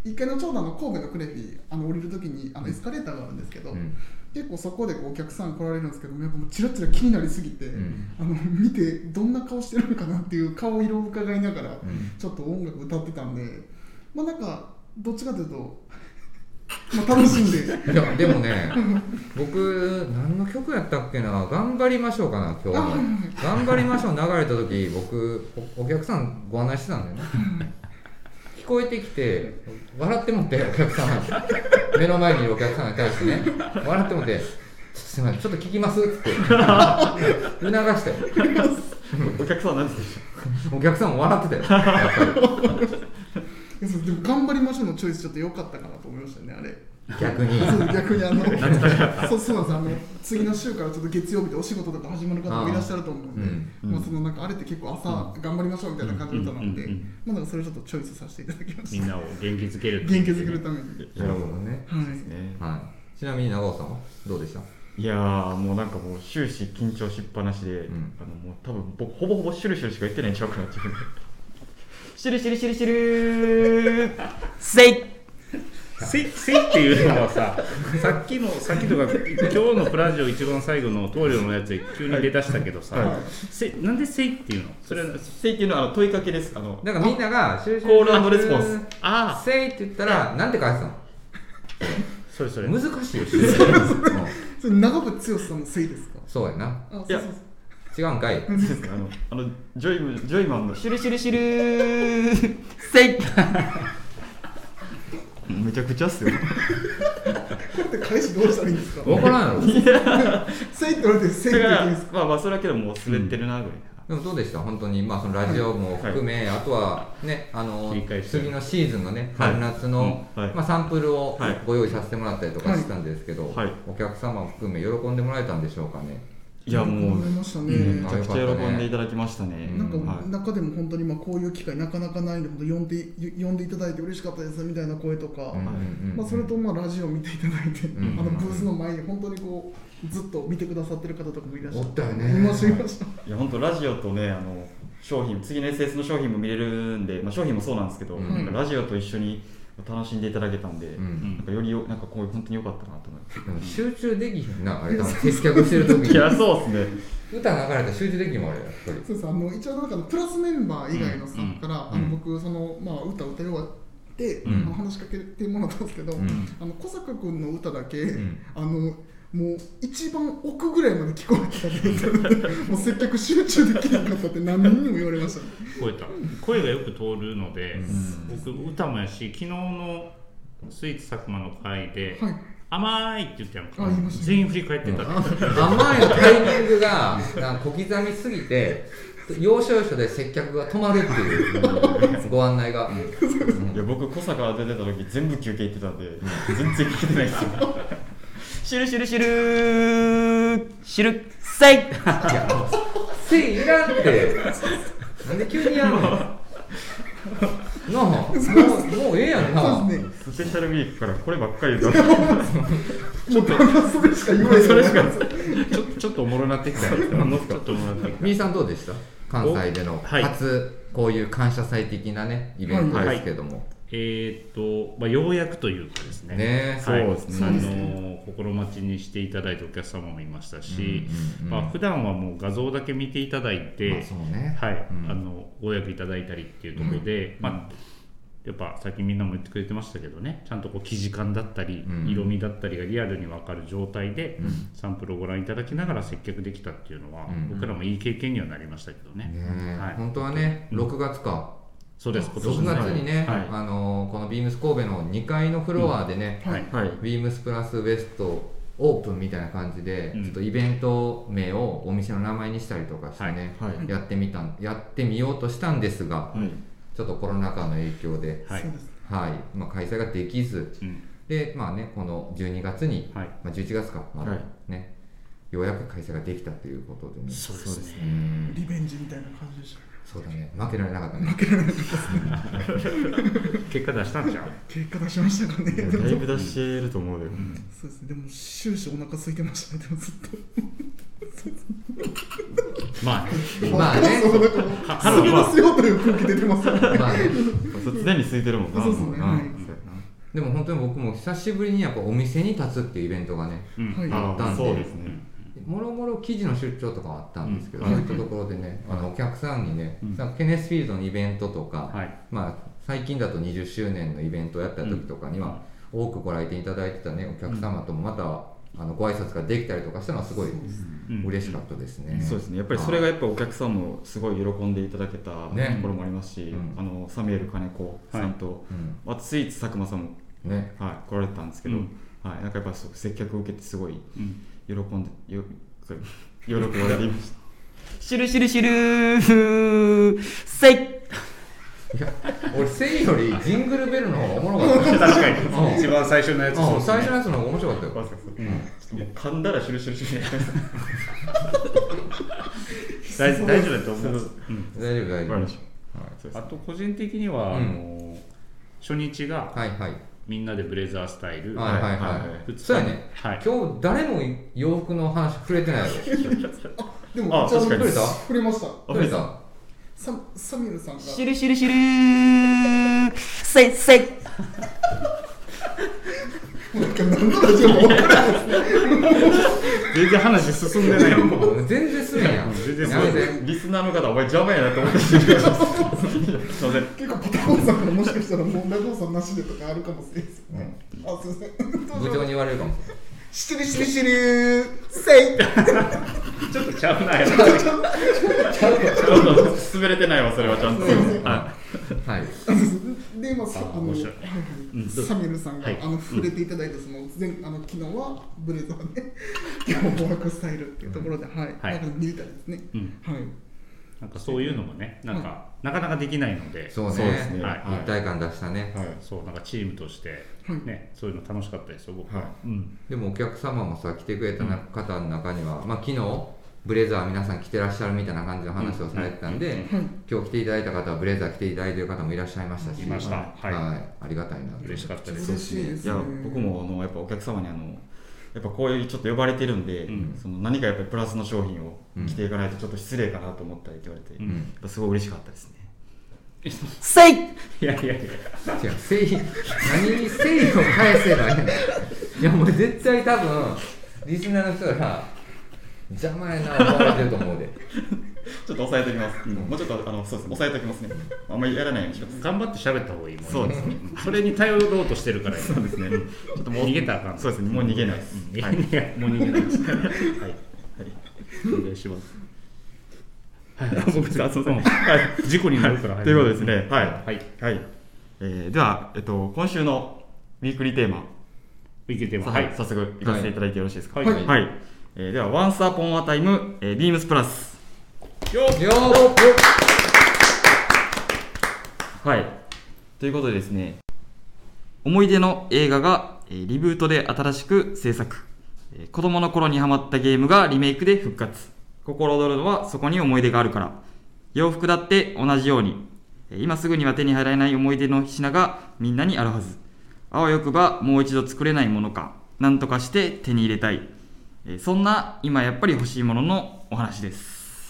1階のちょうど神戸のクレフィ降りるときにエスカレーターがあるんですけど、結構そこでお客さん来られるんですけども、やっぱもうチラチラ気になりすぎて、見てどんな顔してるのかなっていう顔色を伺いながら、ちょっと音楽歌ってたんで、まあなんかどっちかというとまあ楽しんで。 いやでもね、僕何の曲やったっけな、頑張りましょうかな今日の頑張りましょう流れた時、僕お客さんご案内してたんだよね。聞こえてきて笑ってもってお客さん目の前にいるお客さんに対してね笑ってもってすみませんちょっと聞きますって促したよ。 お客さんは何でした？ お客さんも笑ってたよやっぱり。 でも頑張りましょうのチョイスちょっと良かったかなと思いましたね、あれ。 逆にそうなんです次の週からちょっと月曜日でお仕事とか始まる方もいらっしゃると思うんで、まあそのなんかあれって結構朝頑張りましょうみたいな感じの歌なので、まあなんかそれちょっとチョイスさせていただきました。 みんなを元気づける元気づけるために。 なるほどね。はい。ちなみに長尾さんはどうでした？ いやーもうなんかもう終始緊張しっぱなしで、もう多分僕ほぼほぼシュルシュルしか言ってないんちゃうかなっていう。シュルシュルシュルシュルーせいせいっていうのはさっきとか今日のプラジオ一番最後の棟梁のやつで急に出だしたけどさ、なんでせいっていうの？それはせいっていうのは問いかけです。 だからみんながコール&レスポンス。 せいって言ったらなんて返すの？ それ難しいよ。 それ長渕剛さんのせいですか？ そうやな。 いや違うんかい。 ですかジョイマンのシュルシュルシュルーせいめちゃくちゃっすよ。 これって返しどうしたらいいんですか？ 分からんやろ。 せいって言われてせいって言っていいんですか？ まあそれだけでもう滑ってるなぐらい。 でもどうでした本当に、まあ、そのラジオも含め、あとはね次のシーズンのね春夏の、まあ、サンプルをご用意させてもらったりとかしたんですけど、お客様も含め喜んでもらえたんでしょうかね。 いやもうめちゃくちゃ喜んでいただきましたね。 なんか中でも本当にこういう機会なかなかないので呼んでいただいて嬉しかったですみたいな声とか、それとラジオ見ていただいて、ブースの前に本当にこうずっと見てくださってる方とかもいらっしゃって、 おったよね。 いました。 いや本当ラジオとね商品次の SS の商品も見れるんで、商品もそうなんですけど、ラジオと一緒に楽しんでいただけたんで、なんかよりなんかこう本当に良かったなと思います。 でも集中できひんなあれ多分接客してる時に。 いやそうですね。 歌流れたら集中できんもんあれやっぱり。 そうです。一応なんかプラスメンバー以外のスタッフから僕その歌歌い終わって話しかけてもらったんですけど、小坂君の歌だけもう一番奥ぐらいまで聞こえてたんでもう接客集中できなかったって何人にも言われましたね。 声がよく通るので、僕歌もやし昨日のスイーツ佐久間の会で、甘いって言ってやんか、全員振り返ってた。 甘いのタイミングが小刻みすぎて要所要所で接客が止まるっていうご案内が。 いや僕小坂出てた時全部休憩行ってたんで全然聞けてないですよ。シュルシュルシュルーシュルせい。いやせいいらんってなんで急にやるの？なあもうええやんな。 そうですね。 スペシャルウィークからこればっかり言うともうそれしか言わない。 それしかちょっとおもろなってきた。ちょっとおもろなってきた。 みーさんどうでした？関西での初こういう感謝祭的なねイベントですけども。 ようやくというかですね。 そうですね。 心待ちにしていただいたお客様もいましたし、普段はもう画像だけ見ていただいて、ご予約いただいたりっていうところで、やっぱさっきみんなも言ってくれてましたけどね、ちゃんとこう生地感だったり、色味だったりがリアルに分かる状態で、サンプルをご覧いただきながら接客できたっていうのは、僕らもいい経験にはなりましたけどね。 本当はね、6月か。 そうです。 6月にね、このビームス神戸の2階のフロアでね、ビームスプラスウエストオープンみたいな感じで、ちょっとイベント名をお店の名前にしたりとかしてね、やってみようとしたんですが、ちょっとコロナ禍の影響で、開催ができず、でこの12月に、11月かね、ようやく開催ができたということでね。 そうですね。 リベンジみたいな感じでしたね。 そうだね、負けられなかったね。 結果出したんじゃん。 結果出しましたかね。 だいぶ出してると思うよ。 そうですね。でも終始お腹空いてましたね。でもずっと。 まあね。過ぎますよという空気出てますよね。 常に空いてるもんな。 そうですね。 でも本当に僕も久しぶりにやっぱお店に立つっていうイベントがね、あったんで、 そうですね。 もろもろ記事の出張とかはあったんですけど、そういったところでね、お客さんにね、ケネスフィールドのイベントとか、最近だと20周年のイベントをやった時とかには、多くご来店いただいてたねお客様ともまたご挨拶ができたりとかしたのはすごい嬉しかったですね。 そうですね。やっぱりそれがやっぱお客さんもすごい喜んでいただけたところもありますし、サミュエル金子さんと、スイーツ佐久間さんもね、来られてたんですけど、なんかやっぱ接客を受けてすごい喜んで喜ばれていました。シュルシュルシュルせい。 いや俺セイよりジングルベルの方がおもろかった。 確かに一番最初のやつ、 最初のやつの方が面白かったよ。 噛んだらシュルシュルシュル大丈夫だと思う。 大丈夫大丈夫。あと個人的には初日がみんなでブレザースタイル。 そうやね。今日誰も洋服の話触れてないよ。 でも確かに触れました。 触れた。 サミュエルさんがシルシルシルせいせい。 なんか何のラジオも分からないですね。 全然話進んでないよ。 全然するやん。 リスナーの方お前邪魔やなと思ってすいません。 結構パタコンさんからもしかしたらもう長尾さんなしでとかあるかもしれないですよね。すいません。 部長に言われるかもしれない。 シルシルシルせい。 ちょっとちゃうなよ。 ちょっと滑れてないわそれはちゃんと。 はい。 でサミュエルさんが触れていただいたその昨日はブレザーで今日もワークスタイルっていうところでなんか見れたりですね。 なんかそういうのもねなかなかできないので、 そうですね。一体感出したね。 そうなんかチームとしてねそういうの楽しかったですよ僕は。 でもお客様もさ来てくれた方の中には昨日ブレザー皆さん着てらっしゃるみたいな感じの話をされてたんで、今日来ていただいた方はブレザー着ていただいている方もいらっしゃいましたし、ありがたいな。 嬉しかったです。 いや僕もやっぱお客様にやっぱこういうちょっと呼ばれてるんで、その何かやっぱりプラスの商品を着ていかないとちょっと失礼かなと思ったりって言われて、やっぱすごい嬉しかったですね。せい。 いや違うせい何にせいを返せばいいの。いやもう絶対多分リスナーの人が邪魔やな思われてると思うで。 ちょっと抑えておきます。もうちょっとそうですね抑えておきますね。あんまりやらないようにします。 頑張って喋った方がいいもん。 そうですね。 それに頼ろうとしてるから。 そうですね。ちょっともう逃げたらあかん。 そうですね。もう逃げないです。 もう逃げないです。はい。お願いします。はい。僕すみません。事故になるから。 ということですね。はい。では今週のウィークリーテーマ。早速行かせていただいてよろしいですか。はい。ではOnce Upon a Time Beams Plus。はい。ということでですね、思い出の映画がリブートで新しく制作。子供の頃にハマったゲームがリメイクで復活。心躍るのはそこに思い出があるから。洋服だって同じように。今すぐには手に入らない思い出の品がみんなにあるはず。あわよくばもう一度作れないものか。なんとかして手に入れたい。そんな今やっぱり欲しいもののお話です。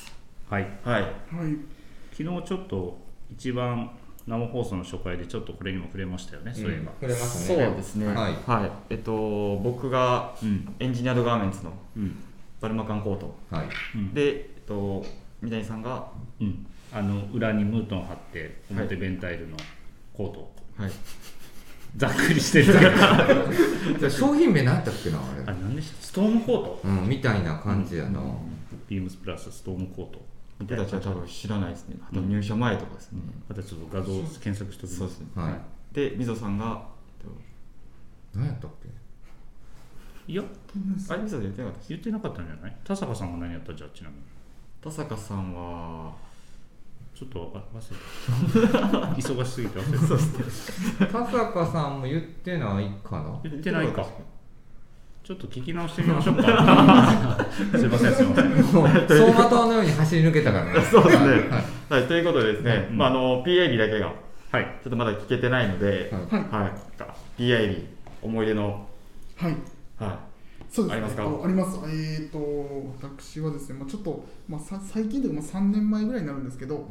はい。昨日ちょっと一番生放送の初回でちょっとこれにも触れましたよね。そういえば。 触れましたね。 そうですね。僕がエンジニアードガーメンツのバルマカンコートで三谷さんが裏にムートン貼って表ベンタイルのコート。ざっくりしてる。 商品名何だっけなあれ。 何でした？ストームコート。 みたいな感じやな。 ビームスプラスストームコート。 僕たちは多分知らないですね。あと入社前とかですね。 またちょっと画像検索しておきます。 そうですね。で、みぞさんが何やったっけ？いや、 あれみぞで言ってなかった？ 言ってなかったんじゃない？田坂さんが何やったじゃあちなみに。 田坂さんはちょっと忘れた。忙しすぎて忘れた。そうですね。田坂さんも言ってないかな。 言ってないか。ちょっと聞き直してみましょうか。すいません。 走馬灯のように走り抜けたからね。 そうですね。はい。ということでですね、PIB だけがちょっとまだ聞けてないので、PIB 思い出のそうですね。 ありますか？ あります。私はですね、ちょっと最近というか3年前ぐらいになるんですけど、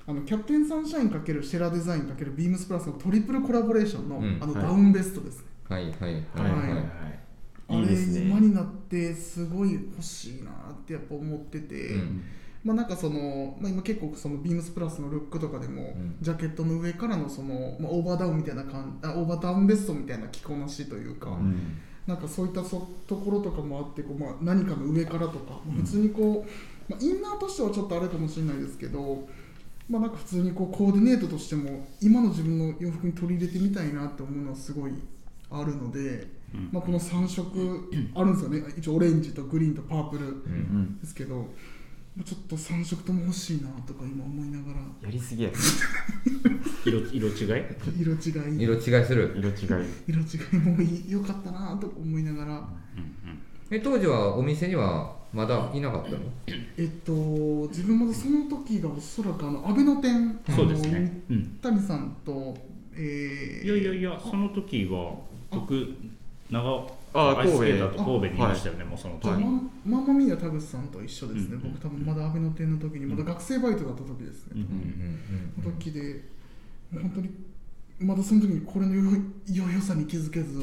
キャプテンサンシャイン×シェラデザイン×ビームスプラスのトリプルコラボレーションの、ダウンベストですね。 はいはいはいはい、 あれ今になってすごい欲しいなってやっぱ思ってて、なんかその、今結構そのビームスプラスのルックとかでも、ジャケットの上からのその、オーバーダウンみたいなオーバーダウンベストみたいな着こなしというか、なんかそういったところとかもあってこう、何かの上からとか、普通にこう、インナーとしてはちょっとあれかもしれないですけど、なんか普通にこうコーディネートとしても今の自分の洋服に取り入れてみたいなって思うのはすごいあるので、この3色あるんですよね。一応オレンジとグリーンとパープルですけど、ちょっと3色とも欲しいなとか今思いながら。 やりすぎや色違いする色違いも良かったなと思いながら、 当時はお店にはまだいなかったの？ 自分まだその時がおそらく阿部の店、 そうですね、 谷さんと、 いやその時は僕神戸だと神戸にいましたよね、もうその時、 マンマミーヤ田口さんと一緒ですね。僕多分まだ阿部の店の時にまだ学生バイトだった時ですね。その時で本当にまだその時にこれの良さに気づけず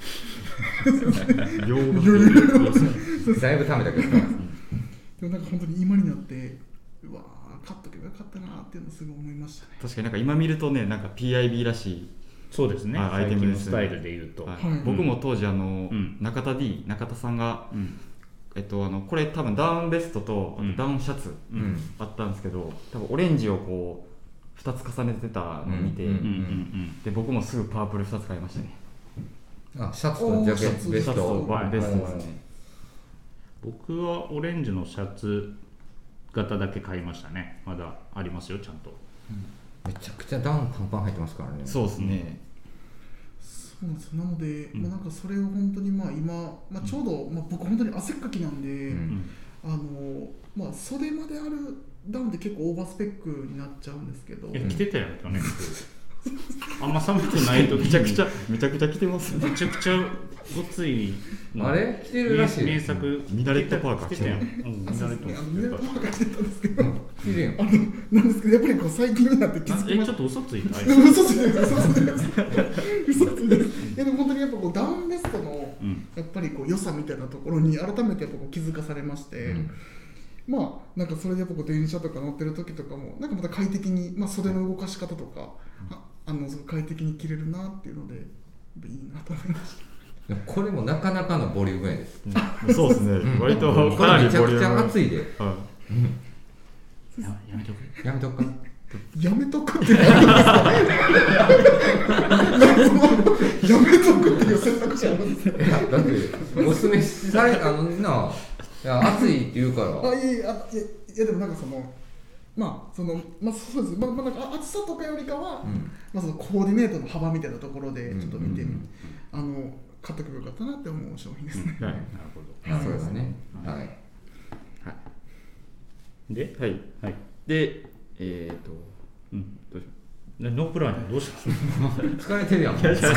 だいぶためたけどでもなんか本当に今になってうわー買っとけばよかったなっていうのをすごい思いましたね。 確かになんか今見るとね、なんか PIB らしいそうですね、 アイテムですね、 スタイルでいうと、 僕も当時中田さんが、これ多分ダウンベストとダウンシャツあったんですけど、多分オレンジをこう2つ重ねてたのを見て、で僕もすぐパープル2つ買いましたね。 シャツとジャケットベストベストですね。 僕はオレンジのシャツ型だけ買いましたね。まだありますよ、ちゃんと。 めちゃくちゃダウンパンパン入ってますからね。 そうですね。 そうなんです。なので、なんかそれを本当に今、ちょうど、僕本当に汗っかきなんで、袖まであるダウンって結構オーバースペックになっちゃうんですけど。 着てたよ去年。あんま寒くない時にめちゃくちゃ着てます。 めちゃくちゃごついあれ着てるらしい。 名作ミナレットパーカー着てたよ。ミナレットパーカー着てたんですけど、 着てるよ。 なんですけどやっぱりこう最近になって気づきました。 ちょっと嘘ついた。 嘘ついてる。でも本当にやっぱこうダウンベストのやっぱりこう良さみたいなところに改めてやっぱこう気づかされまして。なんかそれでやっぱこう電車とか乗ってる時とかもなんかまた快適に、袖の動かし方とか快適に着れるなっていうのでいいなと思いました。 これもなかなかのボリュームやです。 そうですね。割とかなりボリューム。 めちゃくちゃ熱いで。 やめとくか。 やめとくって何ですか。やめとくっていう選択肢あるんですか。 だっておすすめされ暑いって言うから。 いやでもなんかそうです。なんか暑さとかよりかは、そのコーディネートの幅みたいなところでちょっと見て買っとけばよかったなって思う商品ですね。 なるほど。 そうですね。はい。 で、 で、 ノープランどうしたの？ 疲れてるやん。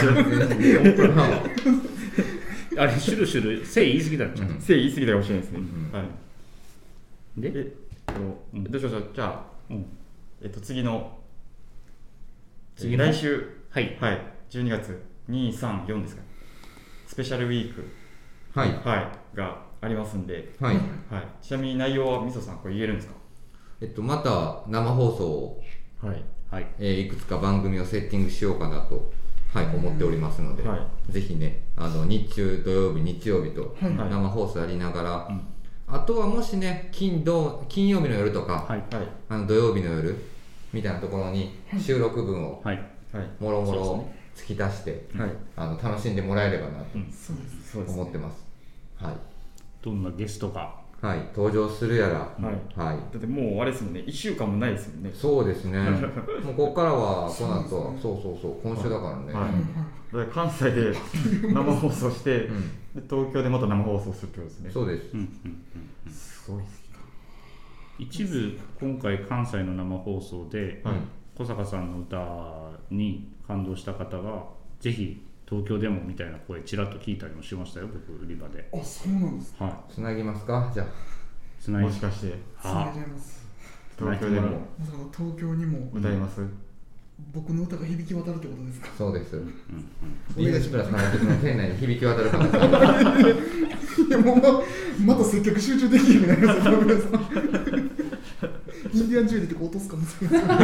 あれ、シュルシュル、せい言い過ぎだっちゃう。 せい言い過ぎたかもしれないですね。 で、 どうしましょう。じゃあ、次の来週、12月2、3、4ですか。スペシャルウィークがありますんで、ちなみに内容はみそさんこれ言えるんですか？ また生放送をいくつか番組をセッティングしようかなと思っておりますので、ぜひね日中土曜日日曜日と生放送やりながら、あとはもしね金曜日の夜とか、土曜日の夜みたいなところに収録分をもろもろ突き出して、楽しんでもらえればなと思ってます。 どんなゲストが登場するやら、 だってもうあれですもんね、1週間もないですもんね。 そうですね。もうここからはこの後はそう今週だからね。 だから関西で生放送して、東京でまた生放送するってことですね。 そうです。 すごいですね。 一部今回関西の生放送で小坂さんの歌に感動した方がぜひ東京でもみたいな声ちらっと聞いたりもしましたよ、僕売り場で。 そうなんですか。 つなぎますか、じゃあ。 もしかしてつなげちゃいます。 東京でもまさか東京にも歌います。 僕の歌が響き渡るってことですか？ そうです。 ビームスプラスの店内に響き渡るからいやもうまた接客集中できるようになりますよ、皆さん。インディアンジュエリーとか落とすかもしれない。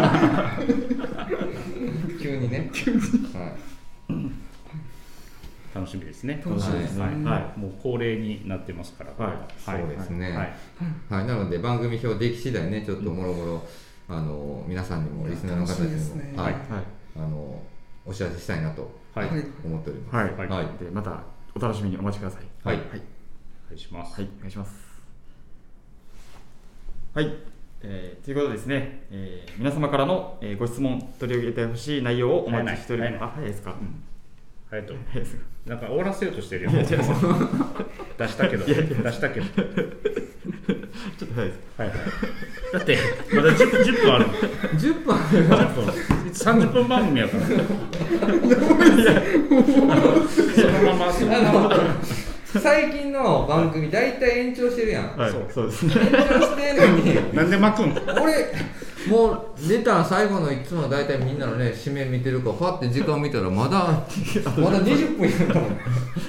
急にね。 楽しみですね。 楽しみですね。 はい、もう恒例になってますから。 そうですね。はい、なので番組表でき次第ね、ちょっともろもろ皆さんにもリスナーの方にもお知らせしたいなと思っております。 はい。でまたお楽しみにお待ちください。 はい。お願いします。 はい、お願いします。はい。ということでですね、皆様からのご質問、取り上げてほしい内容をお待ちしております。早いですか？ 早いと。なんか終わらせようとしてるよ。出したけど。ちょっと早いです。だってまだ10分ある。 10分ある。 30分番組やから。そのまま。 最近の番組だいたい延長してるやん。 そうですね。 延長してるのに。 なんで巻くん？ 俺もう出た最後のいつもだいたいみんなのね指名見てるからパッて時間見たらまだ20分いるんだもん。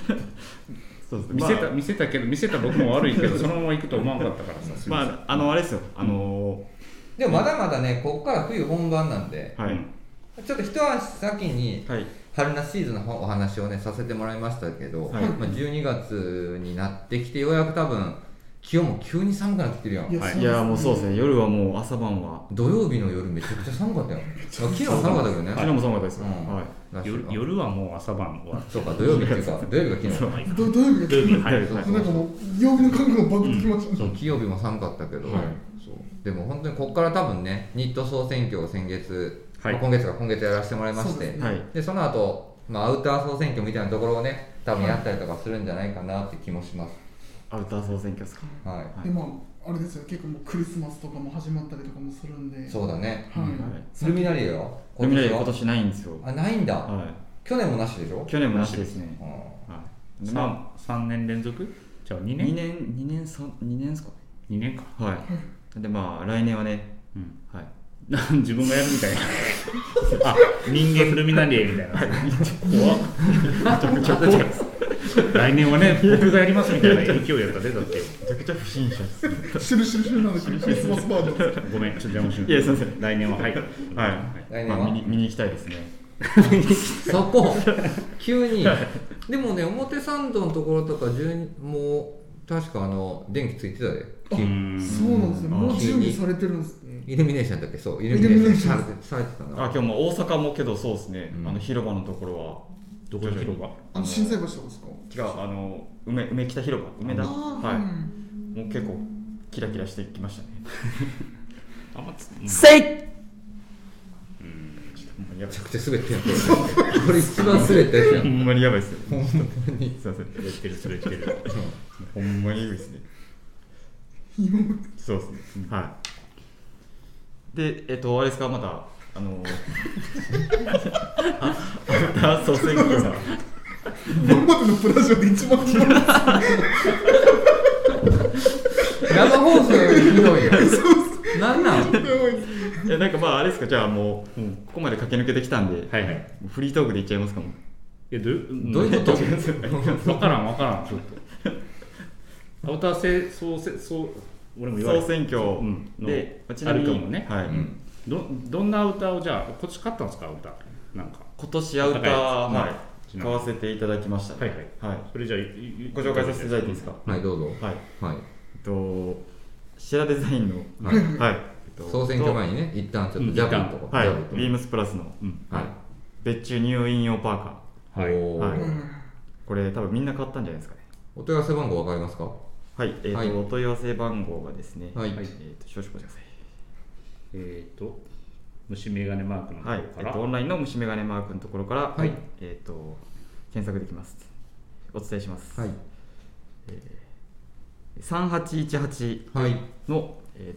見せたけど見せた僕も悪いけどそのまま行くと思わなかったからさ。 まああれですよ。 でもまだまだねここから冬本番なんで、ちょっと一足先に。春夏シーズンのお話をねさせてもらいましたけど、12月になってきてようやく多分気温も急に寒くなってきてるやん。 いやもうそうですね。夜はもう朝晩は土曜日の夜めちゃくちゃ寒かったよ。昨日も寒かったけどね。 昨日も寒かったですよ。 夜はもう朝晩は。 そうか土曜日っていうか土曜日が昨日。 土曜日がなんかもう曜日の感覚もバグってきました。 そう金曜日も寒かったけど、でも本当にここから多分ねニット総選挙を先月今月やらせてもらいまして、でその後、アウター総選挙みたいなところをね多分やったりとかするんじゃないかなって気もします。 アウター総選挙ですか？ であれですよ、結構もうクリスマスとかも始まったりとかもするんで。 そうだね。ルミナリエよ。 ルミナリエ今年ないんですよ。 ないんだ。去年もなしでしょ？ 去年もなしですね。 3年連続？じゃあ2年ですかね。2年か。 はい。で来年はね。はい。 自分がやるみたいな。人間ルミナリエみたいな。怖っ。来年はね、僕がやりますみたいな勢いやったで、だって。めちゃくちゃ不審者です。 知るなんだけど、クリスマスバージョン。 ごめん、ちょっと邪魔します。 いや、すみません。 来年は、はい。 来年は見に行きたいですね。 そこ、急に。でもね、表参道のところとか、もう、確か電気ついてたで。 そうなんですね。もう準備されてるんですね。 イルミネーションだっけ？そう、イルミネーションされてたな。 今日も大阪もけどそうですね。広場のところはどこの広場？ 心斎橋とかですか？ 違う、梅北広場、梅田。はい。もう結構キラキラしてきましたね。 せい。めちゃくちゃ滑ってんの。これ一番滑ったやつやん。 ほんまにやばいですよ。 ほんまに。 すいません。 滑ってる。 ほんまにいいですね。そうですね。はい。で、あれですか、また、アウター総選挙が。 今までのプラジオで一番ひどい。 生放送よりひどいよ。なんなん？ なんかあれですか、じゃあもう、ここまで駆け抜けてきたんで、フリートークでいっちゃいますかも。 どういうこと？ 分からん、ちょっと。アウター総選挙で、 ちなみにね、どんなアウターをじゃあ今年買ったんですか？アウターなんか今年アウター買わせていただきましたね。 それじゃあご紹介させていただいていいですか？ はい、どうぞ。 シェラデザインの総選挙前にね、一旦ちょっとジャブとかビームスプラスの別注入院用パーカー。これ多分みんな買ったんじゃないですかね。 お問い合わせ番号わかりますか？ はい、お問い合わせ番号がですね、少々お待ちください。 虫眼鏡マークのところから、 オンラインの虫眼鏡マークのところから、検索できます。お伝えします。3818の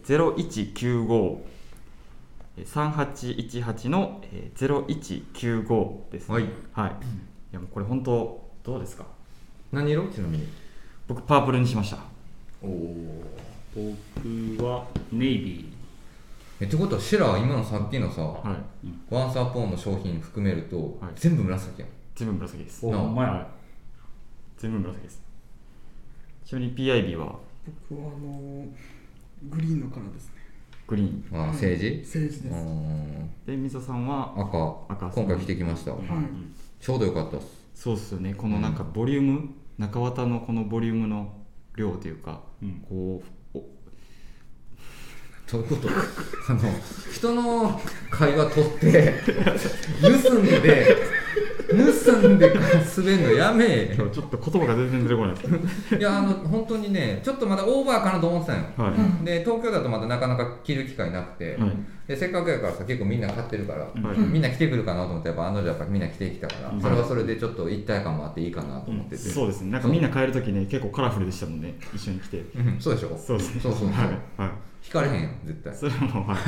0195、3818の0195ですね。いやもうこれ本当どうですか？ 何色？ちなみに僕パープルにしました。 僕はネイビーってことはシェラー今のさっきのさ、 はい、 ワンスアポンの商品含めると、 はい、 全部紫やん。 全部紫です。 お前は全部紫です。ちなみに PIB は僕はグリーンのカラーですね。 グリーン。 あ、政治？ 政治です。 で、みぞさんは赤。今回着てきました。 はい。 ちょうどよかったです。 そうっすよね。このなんかボリューム、中綿のこのボリュームの量というか、こうそういうこと人の会話取って盗んで滑るのやめえ。 ちょっと言葉が全然出てこないですいや本当にね、ちょっとまだオーバーかなと思ってたよ、 はい、 で東京だとまだなかなか着る機会なくて、はい、でせっかくやからさ結構みんな買ってるから、はい、みんな着てくるかなと思ってやっぱやっぱみんな着てきたから、はい、それはそれでちょっと一体感もあっていいかなと思ってて、 そうですね。なんかみんな買えるときね結構カラフルでしたもんね、一緒に着て、 そうでしょ。 そうですね。 そう、 はいはい、 引かれへんよ絶対。 それも、はい、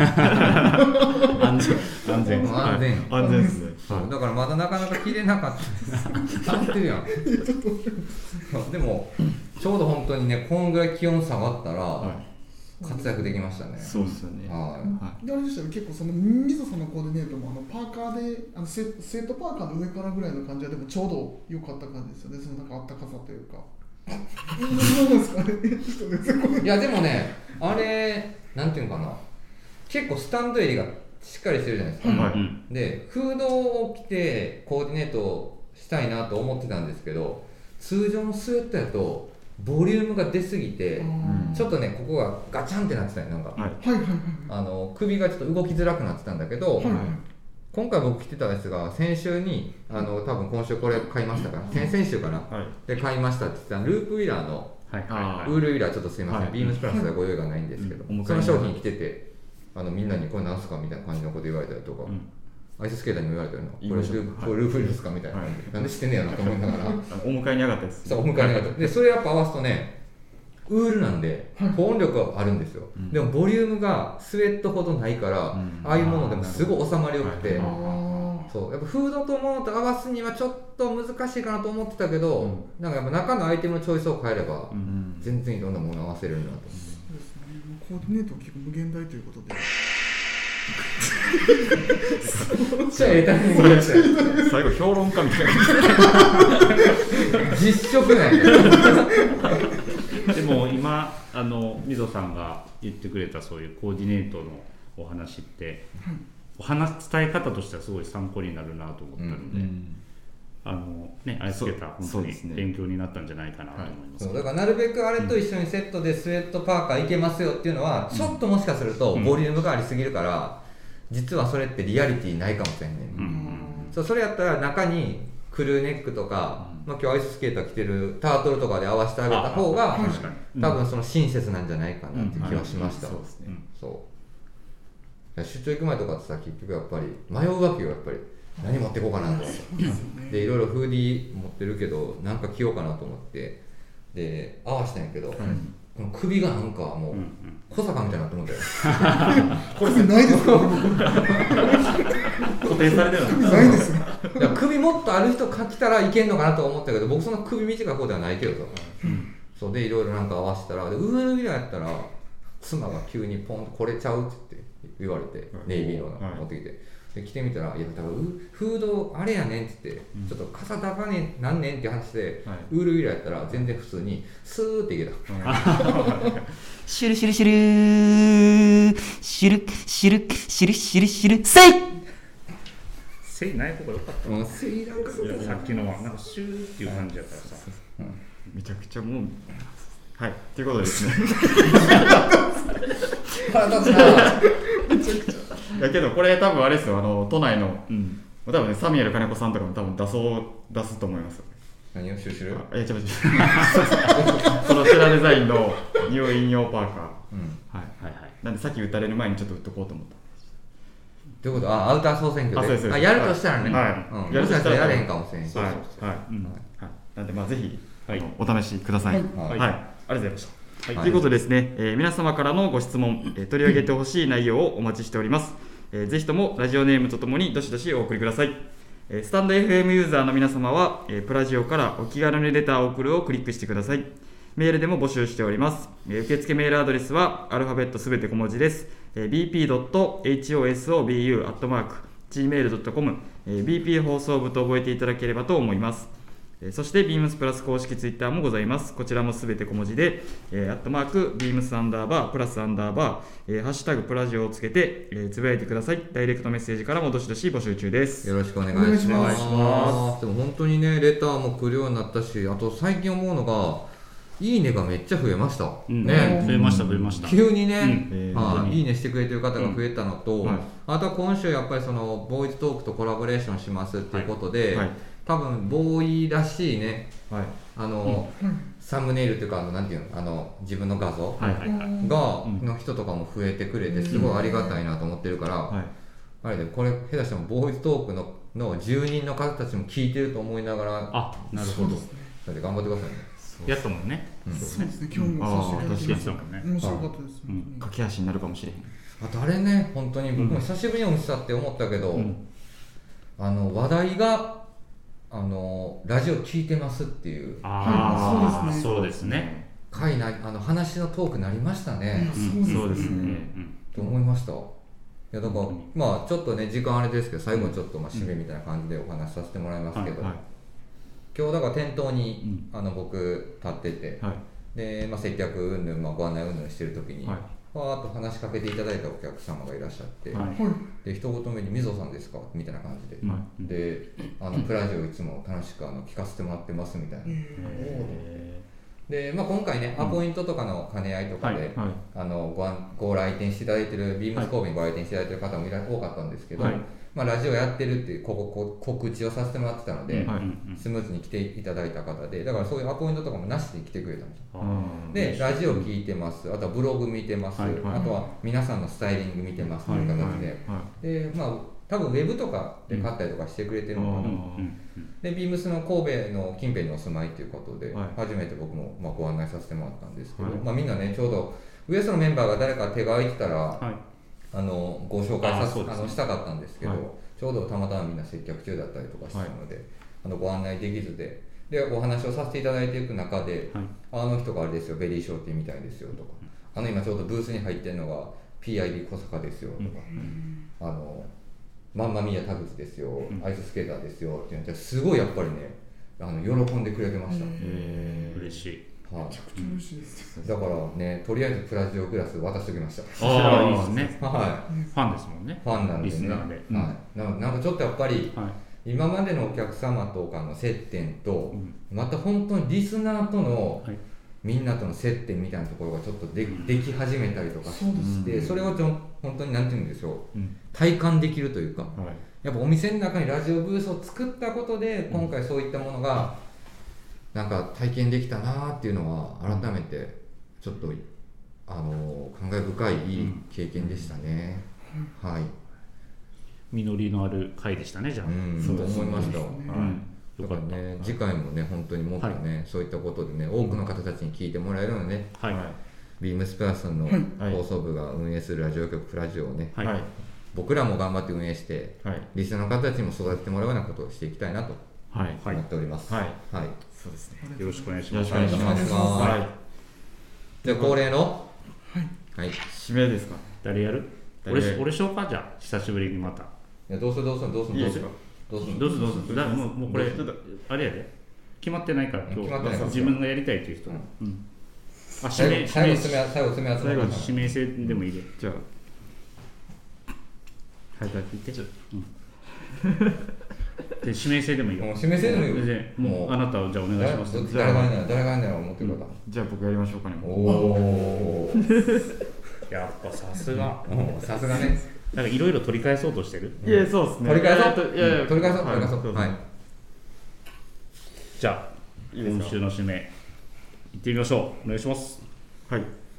安全ですね。 そうだからまだなかなか着れなかったです。合ってるやん。でもちょうど本当にねこんぐらい気温下がったら活躍できましたね。 そうですよね。 はい。であれでしたよ、結構そのみぞさんのコーディネートもパーカーでセットパーカーの上からぐらいの感じはでもちょうど良かった感じですよね。そのなんかあったかさというか。 いやでもね、あれなんていうのかな、結構スタンド襟がしっかりしてるじゃないですか、はい、でフードを着てコーディネートしたいなと思ってたんですけど、通常のスウェットやとボリュームが出すぎてちょっとねここがガチャンってなってたよ。なんか、はい、首がちょっと動きづらくなってたんだけど、はい、今回僕着てたやつが先週に多分今週これ買いましたから、先々週かな、はい、で買いましたって言ってたループウィラーのウールウィラー、ちょっとすいません、はい、ビームスプラスではご用意がないんですけど、その商品着ててみんなにこれなんすかみたいな感じのこと言われたりとか、アイススケーターにも言われたよな、これループウィラーですかみたいな、なんで知ってんねやなと思いながらお迎えに上がったやつ。 そう、お迎えに上がったで、それやっぱ合わすとねウールなんで保温力はあるんですよ、でもボリュームがスウェットほどないから、ああいうものでもすごい収まりよくて、そうやっぱフードとものと合わすにはちょっと難しいかなと思ってたけど、なんかやっぱ中のアイテムのチョイスを変えれば、全然いろんなものを合わせれるなと思って、 そうですね、コーディネートは結構無限大ということで最後評論家みたいな実食ねでも今みぞさんが言ってくれたそういうコーディネートのお話って、お話伝え方としてはすごい参考になるなと思ったので、アイススケーター本当に勉強になったんじゃないかなと思います。 だからなるべくあれと一緒にセットでスウェットパーカーいけますよっていうのは、ちょっともしかするとボリュームがありすぎるから、実はそれってリアリティないかもしれんね、それやったら中にクルーネックとか、今日アイススケーター着てるタートルとかで合わせてあげた方が多分その親切なんじゃないかなって気はしました。出張行く前とかってさ、結局やっぱり迷うわけよ。やっぱり何持っていこうかなと、でいろいろフーディー持ってるけどなんか着ようかなと思ってで合わせたんやけど、首がなんかもう小坂みたいになって思ったよこれないですか固定されてるのないですよ首もっとある人着たらいけんのかなと思ったけど、僕そんな首短い方ではないけどさ、そうでいろいろなんか合わせたら、でウールウィラーやったら妻が急にポンとこれちゃうって言われて、ネイビーの持ってきて、で着てみたら、いや多分フードあれやねんって言って、ちょっと傘高ねなんねんって話で、ウールウィラーやったら全然普通にスーっていけた、 シュルシュルシュルシュルシュルシュルシュルシュルセイセイない方がよかった。 セイなんかさっきのはなんかシューっていう感じやからさ、 めちゃくちゃもうはいということでですね腹立つなだけどこれ多分あれですよ、都内の、多分ねサミュエル金子さんとかも多分出すと思います。 何をシュルシュル？ 違うそのシュラデザインの入院用パーカー、なんでさっき打たれる前にちょっと打っとこうと思った。 ということはアウター総選挙でやるとしたらね、やるとしたらやれへんかもしれん。 なんでぜひお試しください。ありがとうございました。ということでですね、皆様からのご質問、取り上げてほしい内容をお待ちしております。ぜひともラジオネームとともにどしどしお送りください。スタンド FM ユーザーの皆様は、プラジオからお気軽にレターを送るをクリックしてください。メールでも募集しております。受付メールアドレスはアルファベットすべて小文字です。 bp.hosobu@gmail.com、BP 放送部と覚えていただければと思います。そして beams プラス公式ツイッターもございます。こちらもすべて小文字で、@beams_+_ハッシュタグプラジオをつけて、つぶやいてください。ダイレクトメッセージからもどしどし募集中です。 よろしくお願いします。でも本当にね、レターも来るようになったし、あと最近思うのが、いいねがめっちゃ増えました。 ね、増えました。 急にね、いいねしてくれてる方が増えたのと、あとは今週やっぱりそのボーイズトークとコラボレーションしますっていうことで、多分ボーイらしいね、サムネイルというかなんていうの、自分の画像の人とかも増えてくれてすごいありがたいなと思ってるから、あれでこれ下手してもボーイズトークの住人の方たちも聞いてると思いながら、 なるほど。 それで頑張ってくださいね。 やったもんね。 そうですね。今日もさせていただきました。面白かったです。 駆け足になるかもしれへん。 あとあれね、本当に僕も久しぶりにお見せしたって思ったけど、話題がラジオ聞いてますっていう、 そうですね。 回な話のトークになりましたね。 そうですね。 と思いました。いやだからまあちょっとね時間あれですけど、最後ちょっと締めみたいな感じでお話しさせてもらいますけど、今日だから店頭に僕立ってて、で接客云々ご案内云々してる時に。パーッと話しかけていただいたお客様がいらっしゃって、で一言目に「みぞさんですか?」みたいな感じで、でプラジオいつも楽しく聞かせてもらってますみたいな。で、今回ねアポイントとかの兼ね合いとかで、ご来店していただいてるビームス神戸にご来店していただいてる方も多かったんですけど、ラジオやってるっていう告知をさせてもらってたので、スムーズに来ていただいた方で、だからそういうアポイントとかもなしで来てくれたんですよ。でラジオ聞いてます、あとはブログ見てます、あとは皆さんのスタイリング見てますという形で、多分ウェブとかで買ったりとかしてくれてるのかな。でビームスの神戸の近辺にお住まいということで、初めて僕もご案内させてもらったんですけど、みんなねちょうどウエストのメンバーが誰か手が空いてたら、ご紹介したかったんですけど、ちょうどたまたまみんな接客中だったりとかしたので、ご案内できずでお話をさせていただいていく中で、あの人があれですよ、ベリーショーティーみたいですよとか、今ちょうどブースに入ってるのが PID 小坂ですよとか、マンマミーヤ田口ですよ、アイススケーターですよっていうのですごいやっぱりね喜んでくれてました。 嬉しい。 めちゃくちゃ嬉しいです。 だからね、とりあえずプラジオグラス渡しておきました。 いいですね。 ファンですもんね。 ファンなんでね。 リスナーで。 なんかちょっとやっぱり、今までのお客様とかの接点と、また本当にリスナーとの、みんなとの接点みたいなところがちょっとでき始めたりとかして、それを本当になんて言うんでしょう、体感できるというか、やっぱお店の中にラジオブースを作ったことで、今回そういったものがなんか体験できたなっていうのは改めてちょっと感慨深いいい経験でしたね。 実りのある回でしたね。じゃあ、 そう思いました。だからね、次回もね本当にもっとね、そういったことでね多くの方たちに聞いてもらえるのでね、ビームスプラスの放送部が運営するラジオ局プラジオをね、僕らも頑張って運営して、リスナーの方たちにも育ててもらうようなことをしていきたいなと思っております。 そうですね。 よろしくお願いします。 じゃあ恒例の指名ですか。 誰やる？俺しようか。じゃあ久しぶりにまた。 いやどうする。もうこれあれやで。決まってないから今日自分がやりたいという人。 最後詰め集め指名制でもいいで。 じゃあはい、聞いて。で指名制でもいいよ。 指名制でもいいよ。 もうあなたをじゃあお願いします。 誰がやんねん思ってる方。 じゃあ僕やりましょうかね。 やっぱさすが。 さすがね。 なんかいろいろ取り返そうとしてる。 いやそうですね。 取り返そう。はい。 じゃあ今週の指名いってみましょう。お願いします。 はい。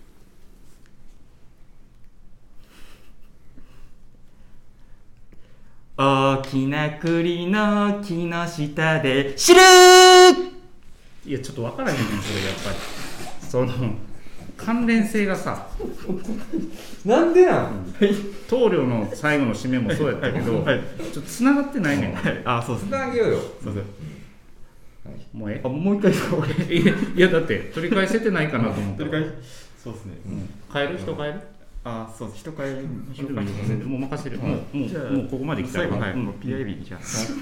大きな栗の木の下で知る。 いやちょっと分からへんねんそれやっぱりその関連性がさなんでなん棟梁の最後の締めもそうやったけど、ちょっとつながってないねん。 そうですね。 つなげようよ。 すいません。 もうもう一回いやだって取り返せてないかなと思って。 そうですね。 変える人変える。 あ、そうです。人変えましょうか。 もう任せる。もうここまで来たら。 最後はい。もう PIB じゃあ。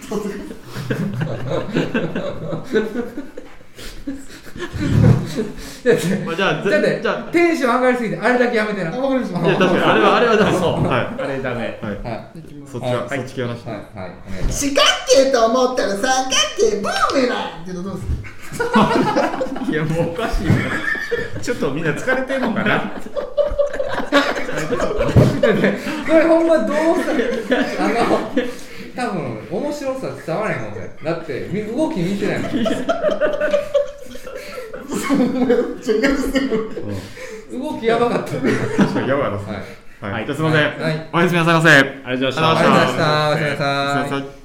じゃあテンション上がりすぎてあれだけやめてな。 わかりました。 いや確かにあれはダメ。そう。はい。 あれダメ。 はい。そっちはそっち系はなし。 はいはい。 四角形と思ったら三角形ブーメランって言うとどうですか。 いやもうおかしいな。ちょっとみんな疲れてるのかな。 これほんまどうした多分面白さ伝わらへんもんね。だって動き見てないもん。動きやばかった。 確かにやばいですね。はい。じゃあすみません。 はい。 おやすみなさいませ。 ありがとうございました。 おやすみなさい。おやすみなさい。